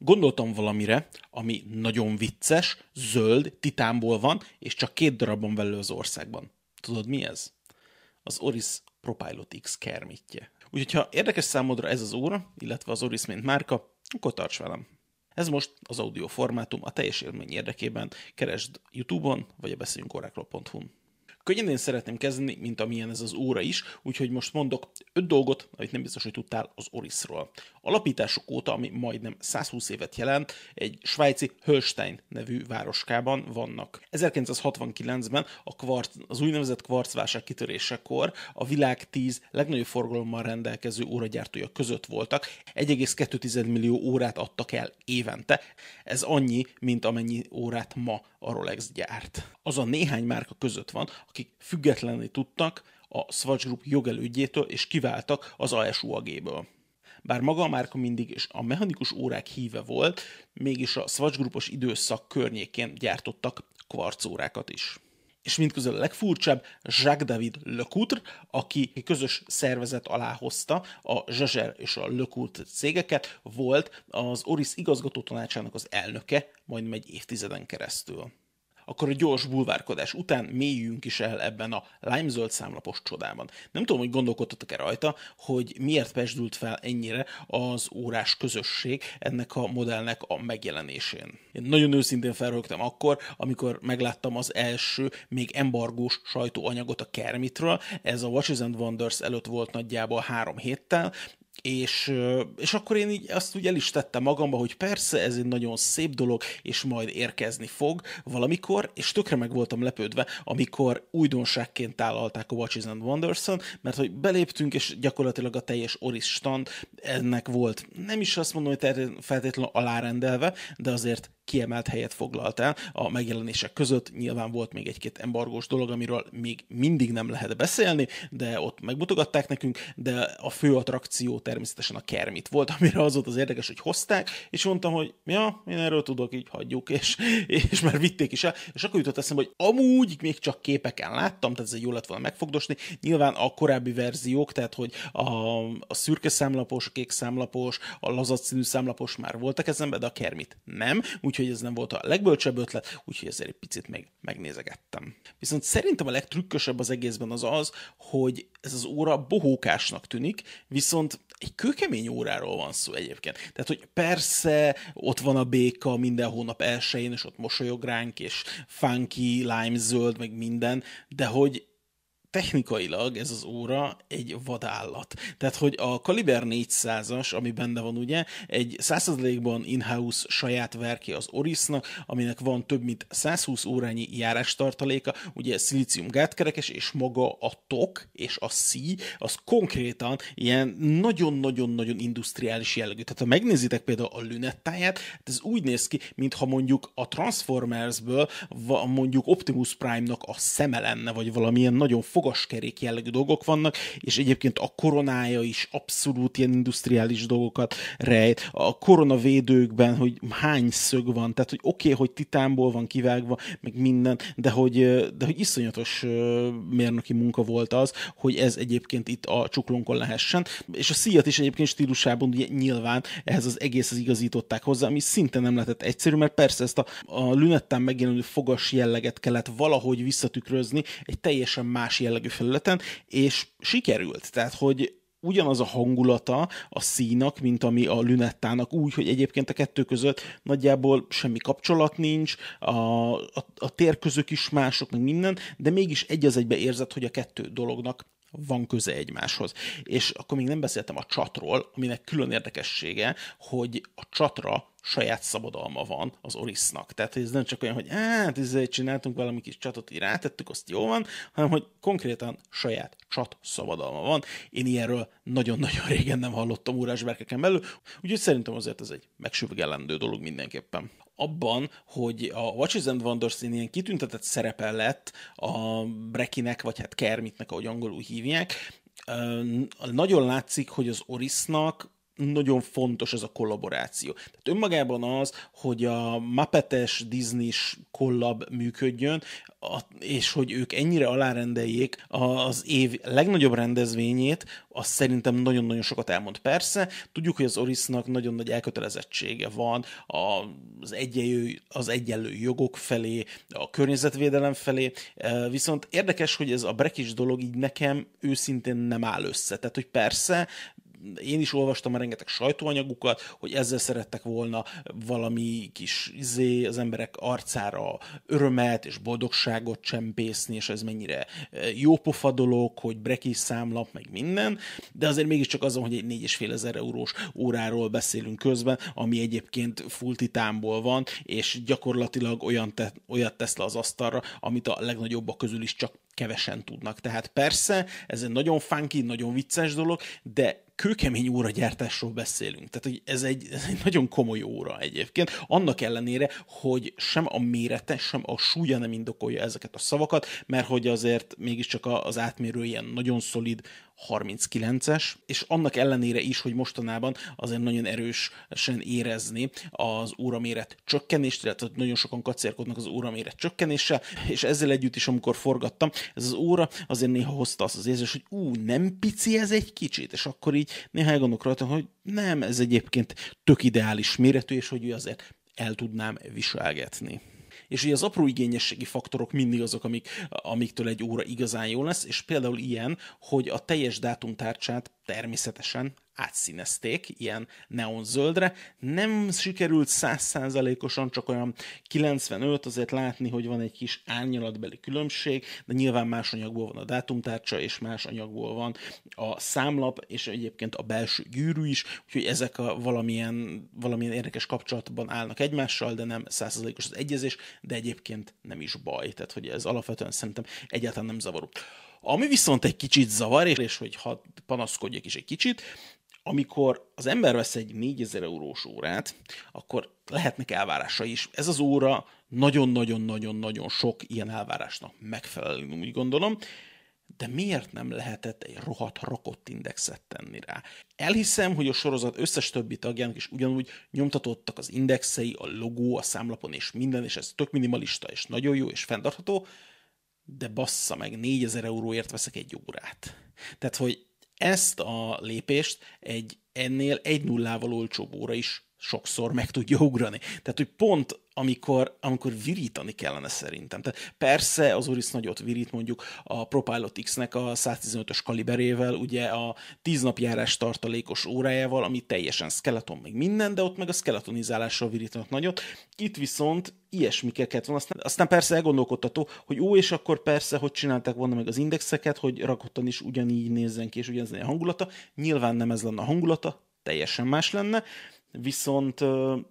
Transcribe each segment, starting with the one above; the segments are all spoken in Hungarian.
Gondoltam valamire, ami nagyon vicces, zöld, titánból van, és csak 2 darabon belül az országban. Tudod mi ez? Az Oris ProPilot X Kermitje. Úgyhogy ha érdekes számodra ez az óra, illetve az Oris mint márka, akkor tarts velem. Ez most az audio formátum, a teljes élmény érdekében keresd YouTube-on, vagy a beszéljünkórákról.hu-n. Könnyedén szeretném kezdeni, mint amilyen ez az óra is, úgyhogy most mondok 5 dolgot, amit nem biztos, hogy tudtál az Orisról. Alapításuk óta, ami majdnem 120 évet jelent, egy svájci Holstein nevű városkában vannak. 1969-ben az úgynevezett kvarcválság kitörésekor a világ 10 legnagyobb forgalommal rendelkező óragyártója között voltak. 1,2 millió órát adtak el évente. Ez annyi, mint amennyi órát ma a Rolex gyárt. Az a néhány márka között van, akik függetlenni tudtak a Swatch Group jogelődjétől és kiváltak az ASUAG-ből. Bár maga a márka mindig is a mechanikus órák híve volt, mégis a Swatch Groupos időszak környékén gyártottak kvarcórákat is. És mindközben a legfurcsább Jacques-David Lecoutre, aki közös szervezet alá hozta a Jaeger és a Lecoutre cégeket, volt az Oris igazgató tanácsának az elnöke, majdnem egy évtizeden keresztül. Akkor a gyors bulvárkodás után mélyüljünk is el ebben a lime-zöld számlapos csodában. Nem tudom, hogy gondolkodtatok-e rajta, hogy miért pesdült fel ennyire az órás közösség ennek a modellnek a megjelenésén. Én nagyon őszintén felrögtem akkor, amikor megláttam az első, még embargós sajtóanyagot a Kermitről. Ez a Watches and Wonders előtt volt nagyjából 3 héttel, és akkor én így azt úgy el is tettem magamba, hogy persze ez egy nagyon szép dolog, és majd érkezni fog valamikor, és tökre meg voltam lepődve, amikor újdonságként tálalták a Watches and Wonders-on, mert hogy beléptünk, és gyakorlatilag a teljes Oris stand ennek volt, nem is azt mondom, hogy feltétlenül alárendelve, de azért kiemelt helyet foglalt el a megjelenések között. Nyilván volt még egy-két embargós dolog, amiről még mindig nem lehet beszélni, de ott megmutogatták nekünk, de a fő attrakció természetesen a Kermit volt, amire az volt az érdekes, hogy hozták, és mondtam, hogy ja, én erről tudok, így hagyjuk, és már vitték is el, és akkor jutott eszembe, hogy amúgy még csak képeken láttam, tehát ez jó lett volna megfogdosni. Nyilván a korábbi verziók, tehát hogy a szürke számlapos, a kék számlapos, a lazac színű számlapos már voltak kezembe, de a Kermit nem, úgyhogy ez nem volt a legbölcsebb ötlet, úgyhogy ezért egy picit még megnézegettem. Viszont szerintem a legtrükkösebb az egészben az, hogy ez az óra bohókásnak tűnik, viszont egy kőkemény óráról van szó egyébként. Tehát, hogy persze ott van a béka minden hónap elsőjén, és ott mosolyog ránk, és funky, lime zöld, meg minden, de hogy technikailag ez az óra egy vadállat. Tehát, hogy a Kaliber 400-as, ami benne van ugye, egy 100%-ban in-house saját verke az Orisnak, aminek van több mint 120 órányi járástartaléka, ugye szilícium gátkerekes, és maga a tok és a szíj, az konkrétan ilyen nagyon-nagyon-nagyon industriális jellegű. Tehát, ha megnézitek például a lünettáját, ez úgy néz ki, mintha mondjuk a Transformersből mondjuk Optimus Prime-nak a szeme lenne, vagy valamilyen nagyon fogaskerék jellegű dolgok vannak, és egyébként a koronája is abszolút ilyen industriális dolgokat rejt. A koronavédőkben, hogy hány szög van, tehát hogy oké, hogy titánból van kivágva, meg minden, de hogy iszonyatos mérnöki munka volt az, hogy ez egyébként itt a csuklónkon lehessen, és a szíjat is egyébként stílusában ugye nyilván ehhez az egészhez igazították hozzá, ami szinte nem lehetett egyszerű, mert persze ezt a lünettán megjelenő fogas jelleget kellett valahogy visszatükrözni egy teljesen más jellegű felületen, és sikerült. Tehát, hogy ugyanaz a hangulata a színak, mint ami a lünettának, úgy, hogy egyébként a kettő között nagyjából semmi kapcsolat nincs, a térközök is mások, meg minden, de mégis egy az egybe érzed, hogy a kettő dolognak van köze egymáshoz. És akkor még nem beszéltem a csatról, aminek külön érdekessége, hogy a csatra saját szabadalma van az Orisnak. Tehát ez nem csak olyan, hogy csináltunk valami kis csatot, így rátettük, azt jó van, hanem hogy konkrétan saját csat szabadalma van. Én ilyenről nagyon-nagyon régen nem hallottam órásberkeken belül, úgyhogy szerintem azért ez egy megsüvegelendő dolog mindenképpen. Abban, hogy a Watches and Wonders ilyen kitüntetett szerepe lett a Brekinek, vagy hát Kermitnek, ahogy angolul hívják, nagyon látszik, hogy az Orisnak nagyon fontos ez a kollaboráció. Tehát önmagában az, hogy a Muppet-es, Disney-s kollab működjön, és hogy ők ennyire alárendeljék az év legnagyobb rendezvényét, az szerintem nagyon-nagyon sokat elmond. Persze, tudjuk, hogy az Orisnak nagyon nagy elkötelezettsége van az egyenlő jogok felé, a környezetvédelem felé, viszont érdekes, hogy ez a brekis dolog így nekem őszintén nem áll össze. Tehát, hogy persze, én is olvastam a rengeteg sajtóanyagukat, hogy ezzel szerettek volna valami kis az emberek arcára örömet és boldogságot csempészni, és ez mennyire jópofa dolog, hogy brekis számlap, meg minden, de azért mégiscsak azon, hogy egy 4500 eurós óráról beszélünk közben, ami egyébként full titánból van, és gyakorlatilag olyat tesz le az asztalra, amit a legnagyobbak közül is csak kevesen tudnak. Tehát persze, ez egy nagyon funky, nagyon vicces dolog, de kőkemény óragyártásról beszélünk. Tehát, hogy ez egy nagyon komoly óra egyébként. Annak ellenére, hogy sem a mérete, sem a súlya nem indokolja ezeket a szavakat, mert hogy azért mégiscsak az átmérő ilyen nagyon szolid 39-es, és annak ellenére is, hogy mostanában azért nagyon erősen érezni az óraméret csökkenést, illetve nagyon sokan kacérkodnak az óraméret csökkenéssel, és ezzel együtt is, amikor forgattam, ez az óra azért néha hozta azt az érzést, hogy nem pici ez egy kicsit, és akkor így néha elgondolok rajta, hogy nem, ez egyébként tök ideális méretű, és hogy azért el tudnám viselgetni. És ugye az apró igényességi faktorok mindig azok, amiktől egy óra igazán jó lesz, és például ilyen, hogy a teljes dátumtárcsát természetesen átszínezték, ilyen neonzöldre. Nem sikerült 100%-osan, csak olyan 95, azért látni, hogy van egy kis árnyalatbeli különbség, de nyilván más anyagból van a dátumtárcsa, és más anyagból van a számlap, és egyébként a belső gyűrű is, úgyhogy ezek valamilyen érdekes kapcsolatban állnak egymással, de nem 100%-os az egyezés, de egyébként nem is baj, tehát hogy ez alapvetően szerintem egyáltalán nem zavaró. Ami viszont egy kicsit zavar, és hogy ha panaszkodjak is egy kicsit, amikor az ember vesz egy 4000 eurós órát, akkor lehetnek elvárásai is. Ez az óra nagyon-nagyon-nagyon-nagyon sok ilyen elvárásnak megfelel, úgy gondolom, de miért nem lehetett egy rohadt rakott indexet tenni rá? Elhiszem, hogy a sorozat összes többi tagjának is ugyanúgy nyomtatottak az indexei, a logó, a számlapon és minden, és ez tök minimalista, és nagyon jó, és fenntartható, de bassza meg, 4000 euróért veszek egy órát. Tehát, hogy ezt a lépést ennél egy nullával olcsóbb óra is sokszor meg tudja ugrani. Tehát, hogy pont amikor virítani kellene szerintem. Tehát persze az Oris nagyot virít mondjuk a ProPilot X-nek a 115-ös kaliberével, ugye a 10 napjárás tartalékos órájával, ami teljesen skeleton meg minden, de ott meg a skeletonizálással virítanak nagyot. Itt viszont ilyesmikeket van. Aztán persze elgondolkodtató, hogy és akkor persze, hogy csinálták volna meg az indexeket, hogy rakottan is ugyanígy nézzen ki, és ugyanez a hangulata. Nyilván nem ez lenne a hangulata, teljesen más lenne, viszont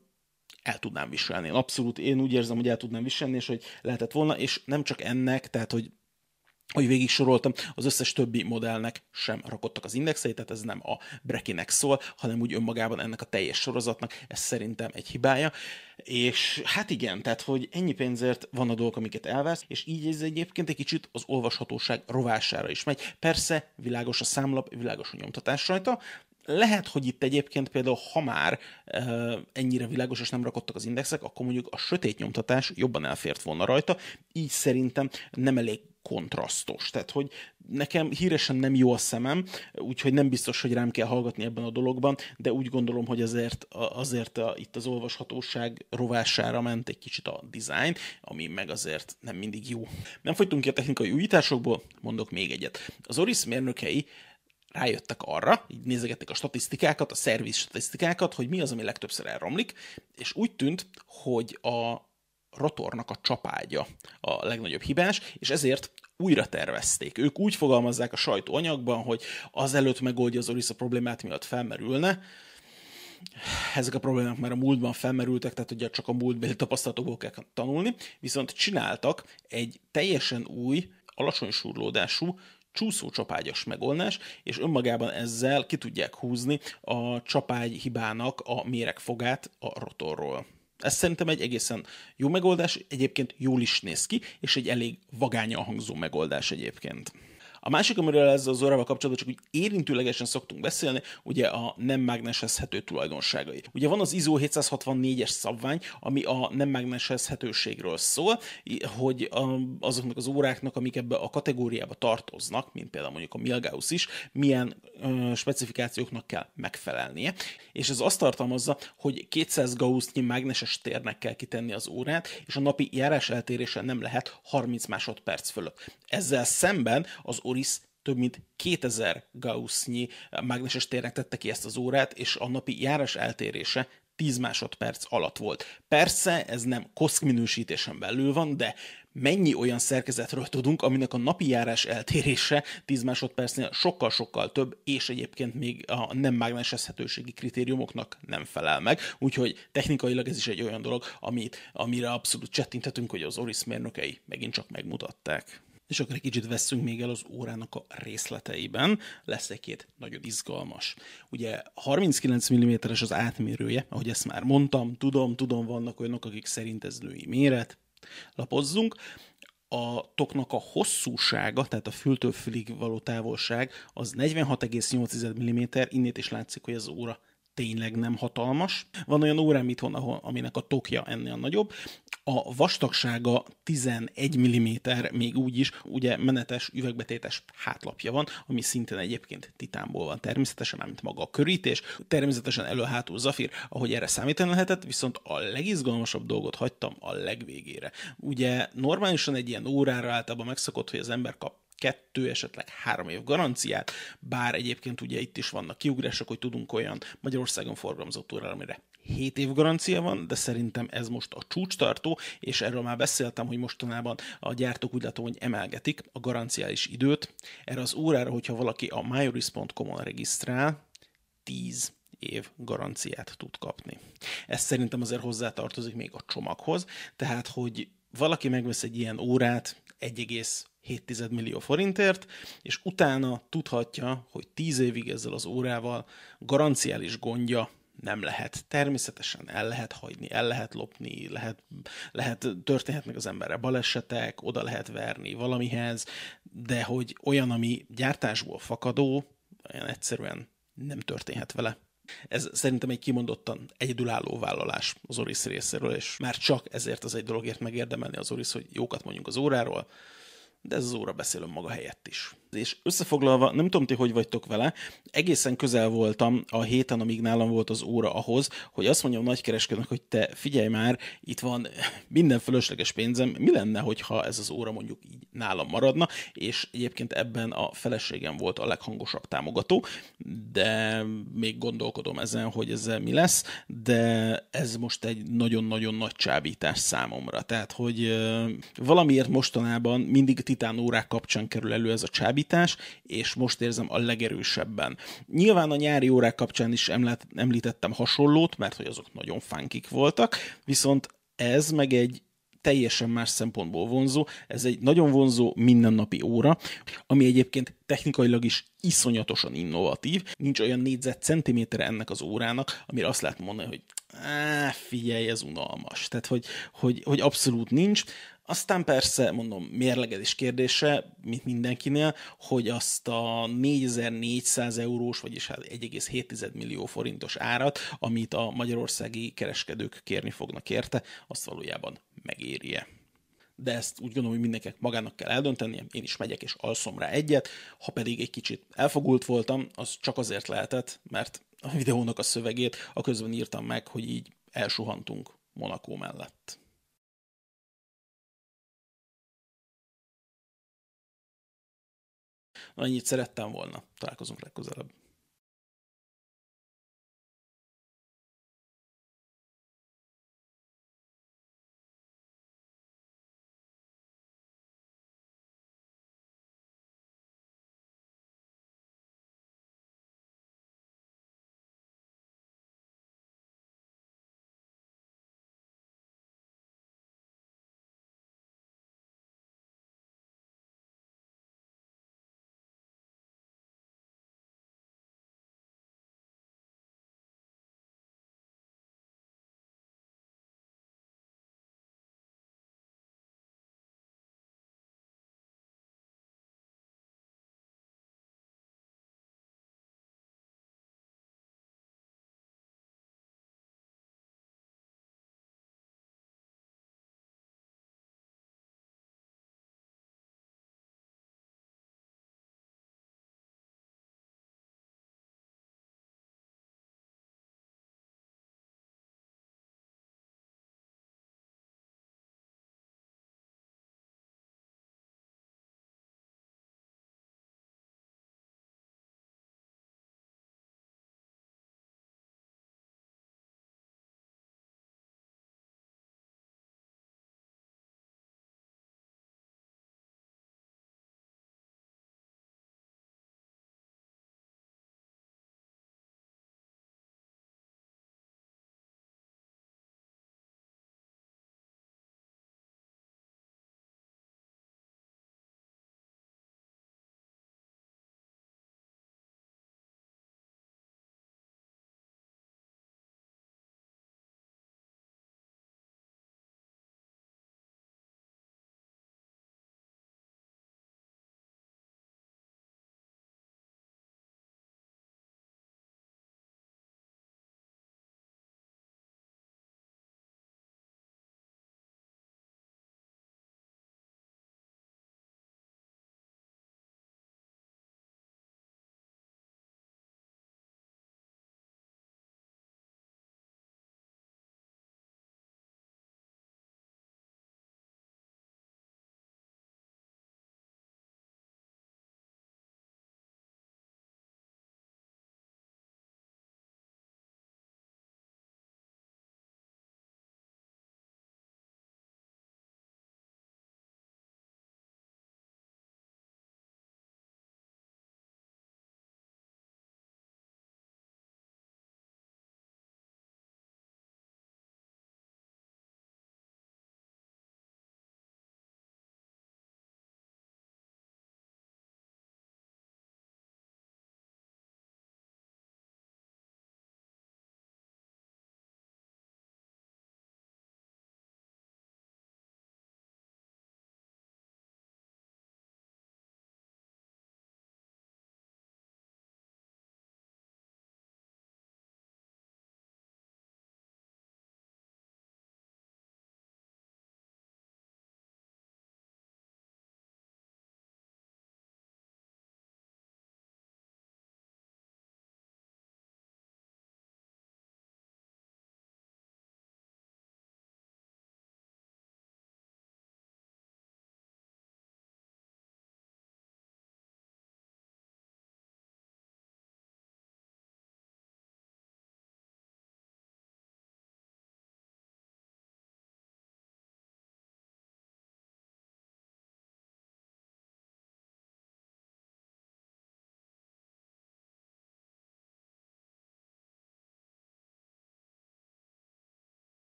el tudnám viselni. Abszolút, én úgy érzem, hogy el tudnám viselni, és hogy lehetett volna, és nem csak ennek, tehát, hogy végig soroltam, az összes többi modellnek sem rakottak az indexeit, tehát ez nem a Brekinek szól, hanem úgy önmagában ennek a teljes sorozatnak, ez szerintem egy hibája. És hát igen, tehát, hogy ennyi pénzért van a dolgok, amiket elvársz, és így ez egyébként egy kicsit az olvashatóság rovására is megy. Persze, világos a számlap, világos a nyomtatás rajta. Lehet, hogy itt egyébként például, ha már ennyire világos és nem rakottak az indexek, akkor mondjuk a sötét nyomtatás jobban elfért volna rajta, így szerintem nem elég kontrasztos. Tehát, hogy nekem híresen nem jó a szemem, úgyhogy nem biztos, hogy rám kell hallgatni ebben a dologban, de úgy gondolom, hogy azért itt az olvashatóság rovására ment egy kicsit a design, ami meg azért nem mindig jó. Nem folytunk ki a technikai újításokból, mondok még egyet. Az Oris mérnökei rájöttek arra, így nézegették a statisztikákat, a szerviz statisztikákat, hogy mi az, ami legtöbbször elromlik, és úgy tűnt, hogy a rotornak a csapágya a legnagyobb hibás, és ezért újra tervezték. Ők úgy fogalmazzák a sajtóanyagban, hogy azelőtt megoldja az Oris a problémát, miatt felmerülne. Ezek a problémák már a múltban felmerültek, tehát ugye csak a múltbeli tapasztalatokból kell tanulni, viszont csináltak egy teljesen új, alacsony súrlódású, csúszócsapágyas megoldás, és önmagában ezzel ki tudják húzni a csapágy hibának a méregfogát a rotorról. Ez szerintem egy egészen jó megoldás, egyébként jól is néz ki, és egy elég vagányan hangzó megoldás egyébként. A másik, amiről ezzel az órával kapcsolatban csak úgy érintőlegesen szoktunk beszélni, ugye a nem mágnesezhető tulajdonságai. Ugye van az ISO 764-es szabvány, ami a nem mágnesezhetőségről szól, hogy azoknak az óráknak, amik ebbe a kategóriába tartoznak, mint például mondjuk a Milgauss is, milyen specifikációknak kell megfelelnie. És ez azt tartalmazza, hogy 200 gaussnyi mágneses térnek kell kitenni az órát, és a napi járás eltérése nem lehet 30 másodperc fölött. Ezzel szemben az Oris több mint 2000 gaussnyi mágneses térnek tette ki ezt az órát, és a napi járás eltérése 10 másodperc alatt volt. Persze ez nem Koszk minősítésen belül van, de mennyi olyan szerkezetről tudunk, aminek a napi járás eltérése 10 másodpercnél sokkal-sokkal több, és egyébként még a nem mágnesezhetőségi kritériumoknak nem felel meg. Úgyhogy technikailag ez is egy olyan dolog, amire abszolút csettinthetünk, hogy az Oris mérnökei megint csak megmutatták. És akkor egy kicsit vesszünk még el az órának a részleteiben. Lesz egy-két nagyon izgalmas. Ugye 39 mm-es az átmérője, ahogy ezt már mondtam, tudom, vannak olyanok, akik szerint ez női méret. Lapozzunk. A toknak a hosszúsága, tehát a fültől fülig való távolság, az 46,8 mm, innét is látszik, hogy az óra tényleg nem hatalmas. Van olyan órám itthon, aminek a tokja ennél nagyobb. A vastagsága 11 mm, még úgy is, ugye menetes, üvegbetétes hátlapja van, ami szintén egyébként titánból van természetesen, mint maga a körítés. Természetesen elő-hátul zafír, ahogy erre számítani lehetett, viszont a legizgalmasabb dolgot hagytam a legvégére. Ugye normálisan egy ilyen órára általában megszokott, hogy az ember kap 2, esetleg 3 év garanciát, bár egyébként ugye itt is vannak kiugrások, hogy tudunk olyan Magyarországon forgalmazott órára, amire 7 év garancia van, de szerintem ez most a csúcstartó, és erről már beszéltem, hogy mostanában a gyártók úgy látom, hogy emelgetik a garanciális időt. Erre az órára, hogyha valaki a myoris.com-on regisztrál, 10 év garanciát tud kapni. Ez szerintem azért hozzátartozik még a csomaghoz, tehát hogy valaki megvesz egy ilyen órát 1,7 millió forintért, és utána tudhatja, hogy 10 évig ezzel az órával garanciális gondja nem lehet. Természetesen el lehet hagyni, el lehet lopni, történhetnek az emberre balesetek, oda lehet verni valamihez, de hogy olyan, ami gyártásból fakadó, olyan egyszerűen nem történhet vele. Ez szerintem egy kimondottan egyedülálló vállalás az Oris részéről, és már csak ezért az egy dologért megérdemelni az Oris, hogy jókat mondjunk az óráról, de ez az óra beszél önmaga helyett is. És összefoglalva, nem tudom ti, hogy vagytok vele, egészen közel voltam a héten, amíg nálam volt az óra ahhoz, hogy azt mondjam a nagykereskedőnek, hogy te figyelj már, itt van minden fölösleges pénzem, mi lenne, hogyha ez az óra mondjuk így nálam maradna, és egyébként ebben a feleségem volt a leghangosabb támogató, de még gondolkodom ezen, hogy ezzel mi lesz, de ez most egy nagyon-nagyon nagy csábítás számomra. Tehát, hogy valamiért mostanában mindig titán órák kapcsán kerül elő ez a csábítás, és most érzem a legerősebben. Nyilván a nyári órák kapcsán is említettem hasonlót, mert hogy azok nagyon funkik voltak, viszont ez meg egy teljesen más szempontból vonzó, ez egy nagyon vonzó mindennapi óra, ami egyébként technikailag is iszonyatosan innovatív. Nincs olyan négyzetcentimétere ennek az órának, amire azt lehet mondani, hogy figyelj, ez unalmas. Tehát, hogy abszolút nincs. Aztán persze, mondom, mérlegezés kérdése, mint mindenkinél, hogy azt a 4400 eurós, vagyis 1,7 millió forintos árat, amit a magyarországi kereskedők kérni fognak érte, azt valójában megéri-e. De ezt úgy gondolom, hogy mindenkinek magának kell eldöntenie, én is megyek és alszom rá egyet, ha pedig egy kicsit elfogult voltam, az csak azért lehetett, mert a videónak a szövegét a közben írtam meg, hogy így elsuhantunk Monaco mellett. Annyit szerettem volna. Találkozunk legközelebb.